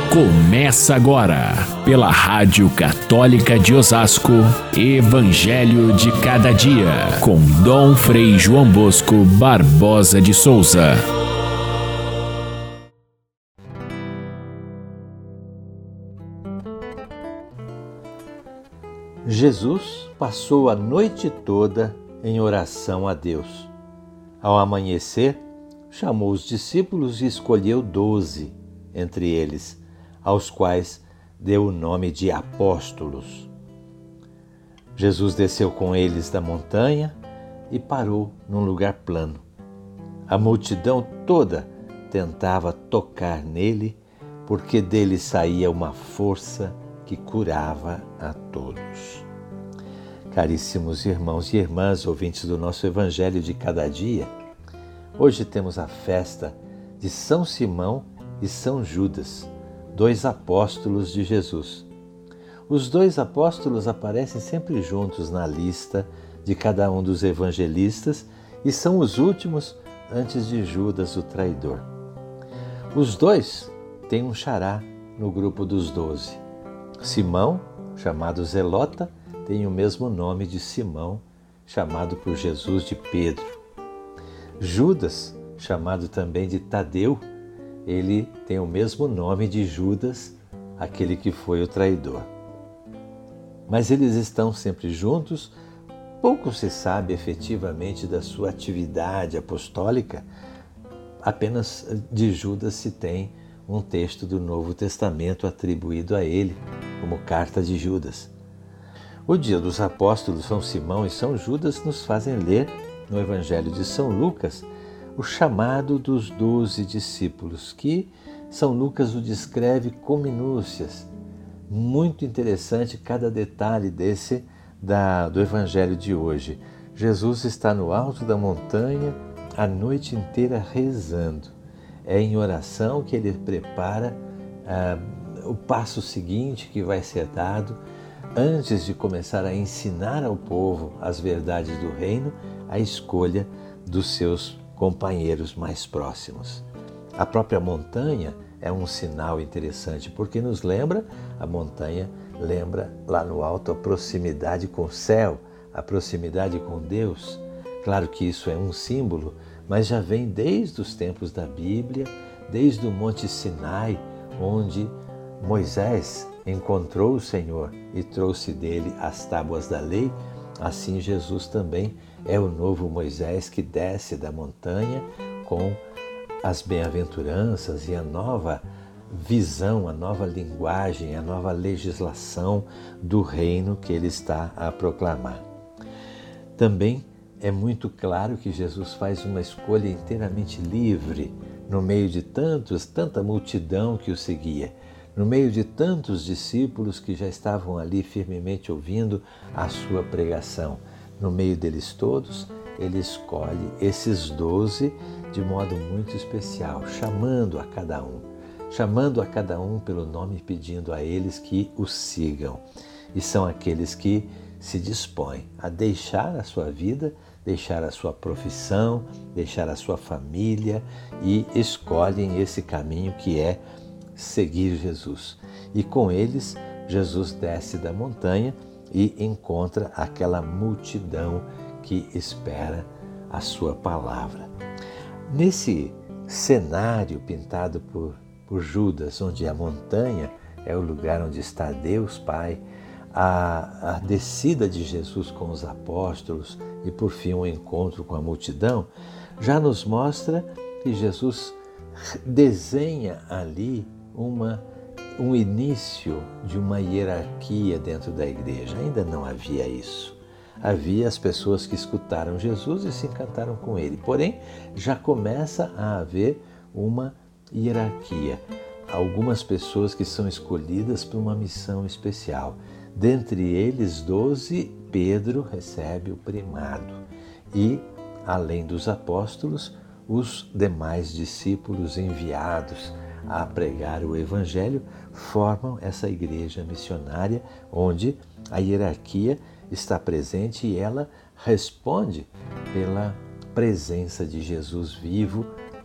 Começa agora, pela Rádio Católica de Osasco, Evangelho de Cada Dia, com Dom Frei João Bosco Barbosa de Souza. Jesus passou a noite toda em oração a Deus. Ao amanhecer, chamou os discípulos e escolheu 12 entre eles, aos quais deu o nome de apóstolos. Jesus desceu com eles da montanha e parou num lugar plano. A multidão toda tentava tocar nele, porque dele saía uma força que curava a todos. Caríssimos irmãos e irmãs, ouvintes do nosso Evangelho de Cada Dia, hoje temos a festa de São Simão e São Judas, 2 apóstolos de Jesus. Os 2 apóstolos aparecem sempre juntos na lista de cada um dos evangelistas e são os últimos antes de Judas, o traidor. Os 2 têm um xará no grupo dos 12. Simão, chamado Zelota, tem o mesmo nome de Simão, chamado por Jesus de Pedro. Judas, chamado também de Tadeu, ele tem o mesmo nome de Judas, aquele que foi o traidor. Mas eles estão sempre juntos, pouco se sabe efetivamente da sua atividade apostólica, apenas de Judas se tem um texto do Novo Testamento atribuído a ele, como carta de Judas. O dia dos apóstolos São Simão e São Judas nos fazem ler, no Evangelho de São Lucas, o chamado dos 12 discípulos, que São Lucas o descreve com minúcias. Muito interessante cada detalhe desse do Evangelho de hoje. Jesus está no alto da montanha a noite inteira rezando. É em oração que ele prepara o passo seguinte que vai ser dado antes de começar a ensinar ao povo as verdades do reino, a escolha dos seus companheiros mais próximos. A própria montanha é um sinal interessante, porque nos lembra, a montanha lembra lá no alto a proximidade com o céu, a proximidade com Deus. Claro que isso é um símbolo, mas já vem desde os tempos da Bíblia, desde o Monte Sinai, onde Moisés encontrou o Senhor e trouxe dele as tábuas da lei. Assim Jesus também é o novo Moisés que desce da montanha com as bem-aventuranças e a nova visão, a nova linguagem, a nova legislação do reino que ele está a proclamar. Também é muito claro que Jesus faz uma escolha inteiramente livre no meio de tanta multidão que o seguia, no meio de tantos discípulos que já estavam ali firmemente ouvindo a sua pregação. No meio deles todos, ele escolhe esses 12 de modo muito especial, chamando a cada um pelo nome, pedindo a eles que o sigam. E são aqueles que se dispõem a deixar a sua vida, deixar a sua profissão, deixar a sua família e escolhem esse caminho que é seguir Jesus. E com eles, Jesus desce da montanha e encontra aquela multidão que espera a sua palavra. Nesse cenário pintado por Judas, onde a montanha é o lugar onde está Deus Pai, a descida de Jesus com os apóstolos e, por fim, o encontro com a multidão, já nos mostra que Jesus desenha ali um início de uma hierarquia dentro da igreja. Ainda não havia isso. Havia as pessoas que escutaram Jesus e se encantaram com ele. Porém, já começa a haver uma hierarquia. Algumas pessoas que são escolhidas para uma missão especial. Dentre eles, 12, Pedro recebe o primado. E, além dos apóstolos, os demais discípulos enviados a pregar o Evangelho formam essa igreja missionária onde a hierarquia está presente e ela responde pela presença de Jesus vivo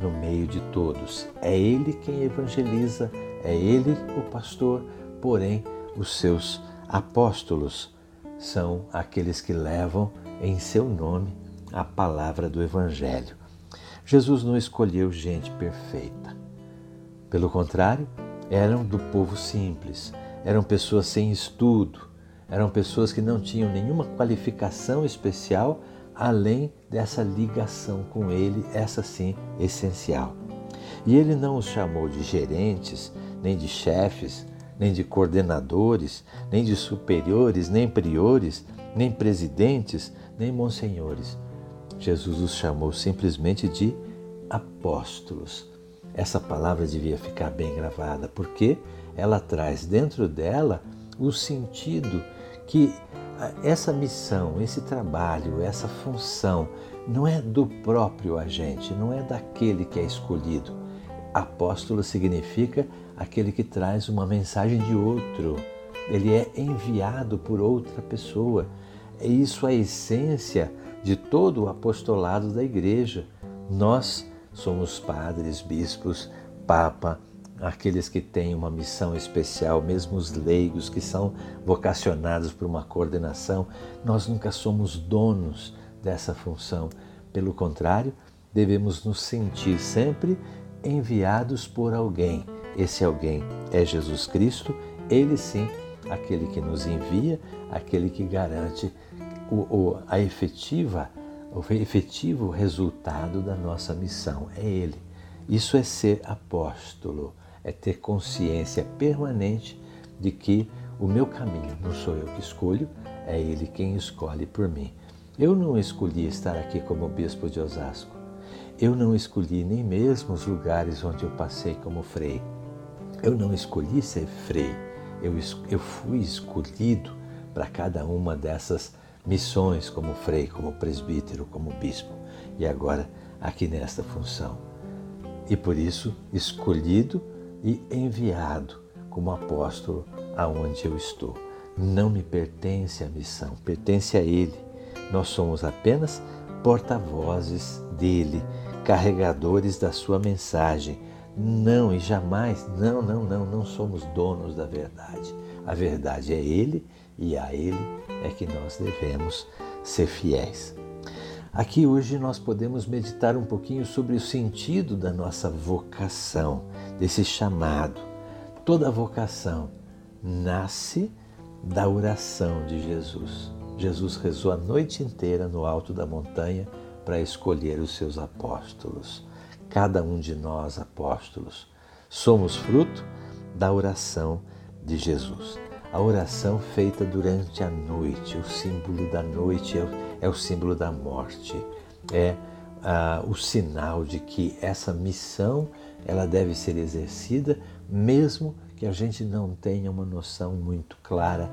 no meio de todos. É Ele quem evangeliza, é Ele o pastor, porém os seus apóstolos são aqueles que levam em seu nome a palavra do Evangelho. Jesus não escolheu gente perfeita. Pelo contrário, eram do povo simples, eram pessoas sem estudo, eram pessoas que não tinham nenhuma qualificação especial além dessa ligação com Ele, essa sim, essencial. E Ele não os chamou de gerentes, nem de chefes, nem de coordenadores, nem de superiores, nem priores, nem presidentes, nem monsenhores. Jesus os chamou simplesmente de apóstolos. Essa palavra devia ficar bem gravada, porque ela traz dentro dela o sentido que essa missão, esse trabalho, essa função não é do próprio agente, não é daquele que é escolhido. Apóstolo significa aquele que traz uma mensagem de outro. Ele é enviado por outra pessoa. É isso a essência de todo o apostolado da igreja. Nós somos padres, bispos, papa, aqueles que têm uma missão especial, mesmo os leigos que são vocacionados por uma coordenação. Nós nunca somos donos dessa função. Pelo contrário, devemos nos sentir sempre enviados por alguém. Esse alguém é Jesus Cristo, Ele sim, aquele que nos envia, aquele que garante o efetivo resultado da nossa missão. É Ele. Isso é ser apóstolo, é ter consciência permanente de que o meu caminho não sou eu que escolho, é Ele quem escolhe por mim. Eu não escolhi estar aqui como bispo de Osasco. Eu não escolhi nem mesmo os lugares onde eu passei como frei. Eu não escolhi ser frei. Eu fui escolhido para cada uma dessas missões como frei, como presbítero, como bispo. E agora aqui nesta função. E por isso escolhido e enviado como apóstolo aonde eu estou. Não me pertence a missão, pertence a Ele. Nós somos apenas porta-vozes dEle, carregadores da sua mensagem. Não, e jamais, não somos donos da verdade. A verdade é Ele e a Ele é que nós devemos ser fiéis. Aqui hoje nós podemos meditar um pouquinho sobre o sentido da nossa vocação, desse chamado. Toda vocação nasce da oração de Jesus. Jesus rezou a noite inteira no alto da montanha para escolher os seus apóstolos. Cada um de nós, apóstolos, somos fruto da oração de Jesus. A oração feita durante a noite, o símbolo da noite é o símbolo da morte, é o sinal de que essa missão ela deve ser exercida, mesmo que a gente não tenha uma noção muito clara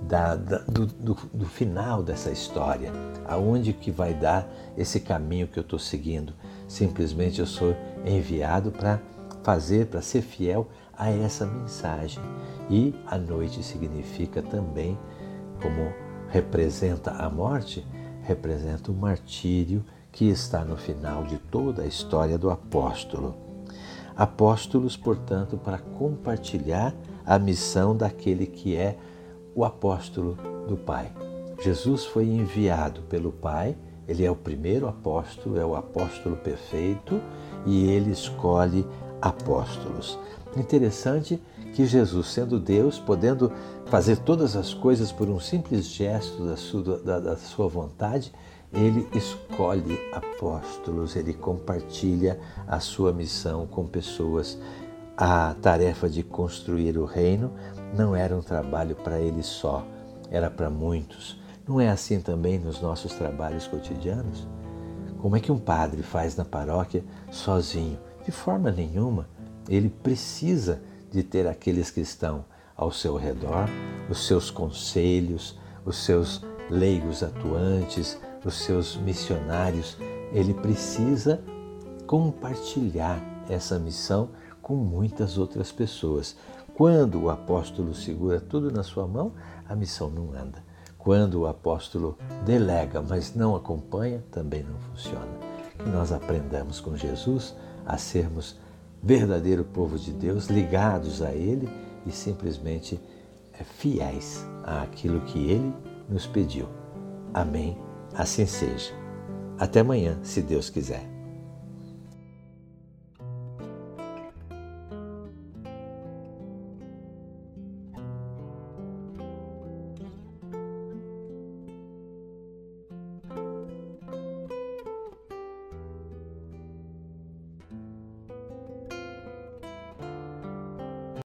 do final dessa história, aonde que vai dar esse caminho que eu estou seguindo. Simplesmente eu sou enviado para ser fiel a essa mensagem. E a noite significa também, como representa a morte, representa o martírio que está no final de toda a história do apóstolo. Apóstolos, portanto, para compartilhar a missão daquele que é o apóstolo do Pai. Jesus foi enviado pelo Pai, ele é o primeiro apóstolo, é o apóstolo perfeito e ele escolhe apóstolos. Interessante que Jesus, sendo Deus, podendo fazer todas as coisas por um simples gesto da sua vontade, ele escolhe apóstolos, ele compartilha a sua missão com pessoas. A tarefa de construir o reino não era um trabalho para ele só, era para muitos. Não é assim também nos nossos trabalhos cotidianos? Como é que um padre faz na paróquia sozinho? De forma nenhuma. Ele precisa de ter aqueles que estão ao seu redor, os seus conselhos, os seus leigos atuantes, os seus missionários. Ele precisa compartilhar essa missão com muitas outras pessoas. Quando o apóstolo segura tudo na sua mão, a missão não anda. Quando o apóstolo delega, mas não acompanha, também não funciona. Que nós aprendamos com Jesus a sermos verdadeiro povo de Deus, ligados a Ele e simplesmente fiéis àquilo que Ele nos pediu. Amém. Assim seja. Até amanhã, se Deus quiser.